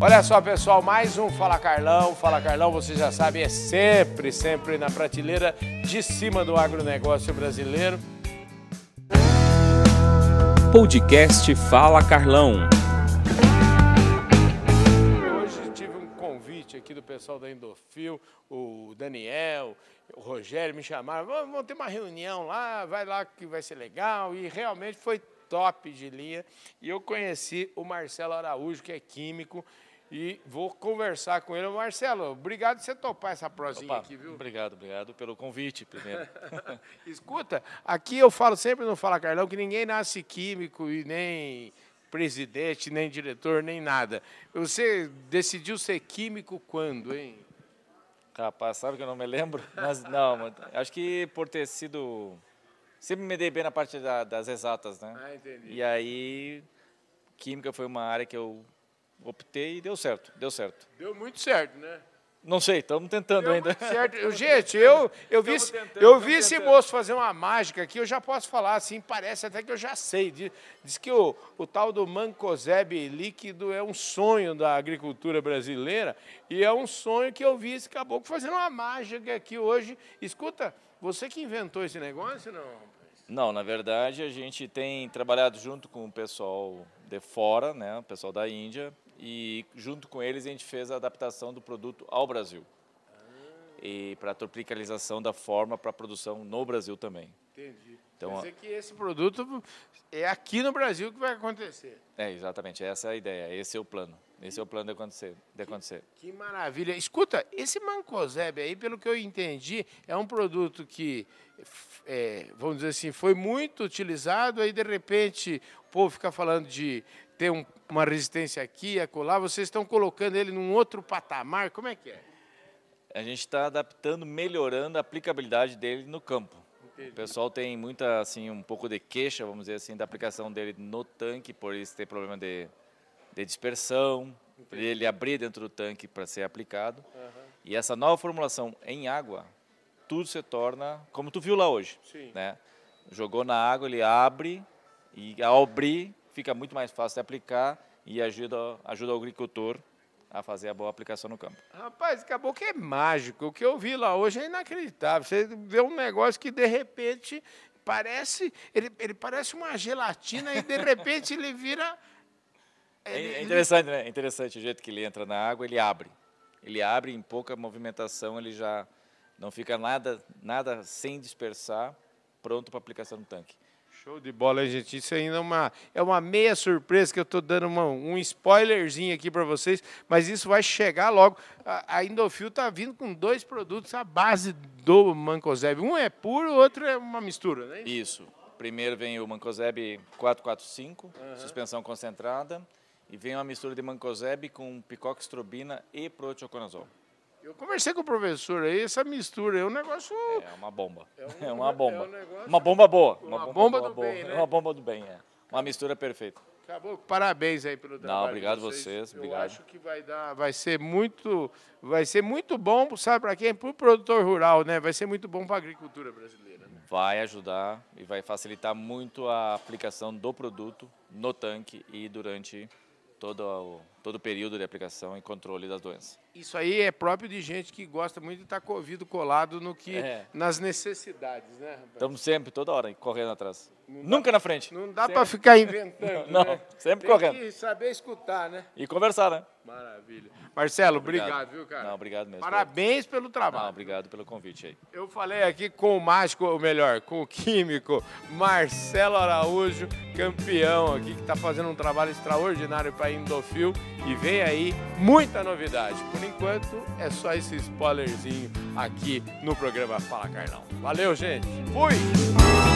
Olha só, pessoal, mais um Fala Carlão. Fala Carlão, você já sabe, é sempre na prateleira de cima do agronegócio brasileiro. Podcast Fala Carlão. Hoje tive um convite aqui do pessoal da Endofil, o Daniel, o Rogério me chamaram, vamos ter uma reunião lá, vai lá que vai ser legal, e realmente foi top de linha. E eu conheci o Marcelo Araújo, que é químico, e vou conversar com ele. Marcelo, obrigado por você topar essa prosinha aqui, viu? Obrigado pelo convite, primeiro. Escuta, aqui eu falo sempre no Fala Carlão que ninguém nasce químico e nem presidente, nem diretor, nem nada. Você decidiu ser químico quando, hein? Rapaz, sabe que eu não me lembro? Mas não, acho que por ter sido... Sempre me dei bem na parte das exatas, né? Ah, entendi. E aí, química foi uma área que eu optei e deu certo. Deu muito certo, né? Não sei, estamos tentando Deu ainda. muito certo. Gente, eu vi esse moço fazer uma mágica aqui, eu já posso falar assim, parece até que eu já sei. Diz que o tal do mancozeb líquido é um sonho da agricultura brasileira e é um sonho que eu vi esse caboclo fazendo uma mágica aqui hoje. Escuta, você que inventou esse negócio, não? Não, na verdade, a gente tem trabalhado junto com o pessoal de fora, né, o pessoal da Índia, e junto com eles a gente fez a adaptação do produto ao Brasil. E para a tropicalização da forma para a produção no Brasil também. Entendi. Então, quer dizer que esse produto é aqui no Brasil que vai acontecer. Exatamente, essa é a ideia, esse é o plano. Esse é o plano de acontecer. Que maravilha. Escuta, esse mancozeb aí, pelo que eu entendi, é um produto que, vamos dizer assim, foi muito utilizado, aí de repente o povo fica falando de ter uma resistência aqui, acolá, vocês estão colocando ele num outro patamar, como é que é? A gente está adaptando, melhorando a aplicabilidade dele no campo. Entendi. O pessoal tem muita, assim, um pouco de queixa, vamos dizer assim, da aplicação dele no tanque, por isso ter problema de dispersão, ele abrir dentro do tanque para ser aplicado. E essa nova formulação em água, tudo se torna, como tu viu lá hoje. Sim. Né? Jogou na água, ele abre, e ao abrir fica muito mais fácil de aplicar e ajuda o agricultor a fazer a boa aplicação no campo. Rapaz, acabou que é mágico. O que eu vi lá hoje é inacreditável. Você vê um negócio que de repente parece, ele parece uma gelatina e de repente ele vira... É interessante, né? É interessante o jeito que ele entra na água, ele abre. Ele abre em pouca movimentação, ele já não fica nada sem dispersar, pronto para aplicação no tanque. Show de bola, hein, gente? Isso ainda é uma meia surpresa que eu estou dando um spoilerzinho aqui para vocês, mas isso vai chegar logo. A Endofil está vindo com 2 produtos à base do mancozeb. Um é puro, o outro é uma mistura, né? Isso. Primeiro vem o mancozeb 445, suspensão concentrada. E vem uma mistura de mancozeb com picoxestrobina e proteoconazol. Eu conversei com o professor aí, essa mistura é um negócio... É uma bomba. É uma bomba. É um negócio... Uma bomba boa. Uma bomba do bem, né? Uma bomba do bem, é. Uma mistura perfeita. Acabou. Parabéns aí pelo trabalho. Não, obrigado de vocês. obrigado. Eu acho que vai ser muito bom, sabe para quem? Para o produtor rural, né? Vai ser muito bom para a agricultura brasileira. Né? Vai ajudar e vai facilitar muito a aplicação do produto no tanque e durante todo o período de aplicação e controle das doenças. Isso aí é próprio de gente que gosta muito de estar com o ouvido colado nas necessidades, né, rapaz? Estamos sempre, toda hora, correndo atrás. Nunca na frente. Não dá para ficar inventando, Não, né? sempre Tem correndo. que saber escutar, né? E conversar, né? Maravilha. Marcelo, obrigado, viu, cara? Não, obrigado mesmo. Parabéns pelo trabalho. Não, obrigado pelo convite aí. Eu falei aqui com o mágico, ou melhor, com o químico Marcelo Araújo, campeão aqui, que está fazendo um trabalho extraordinário para a Endofil e vem aí muita novidade. Por enquanto, é só esse spoilerzinho aqui no programa Fala Carlão. Valeu, gente. Fui!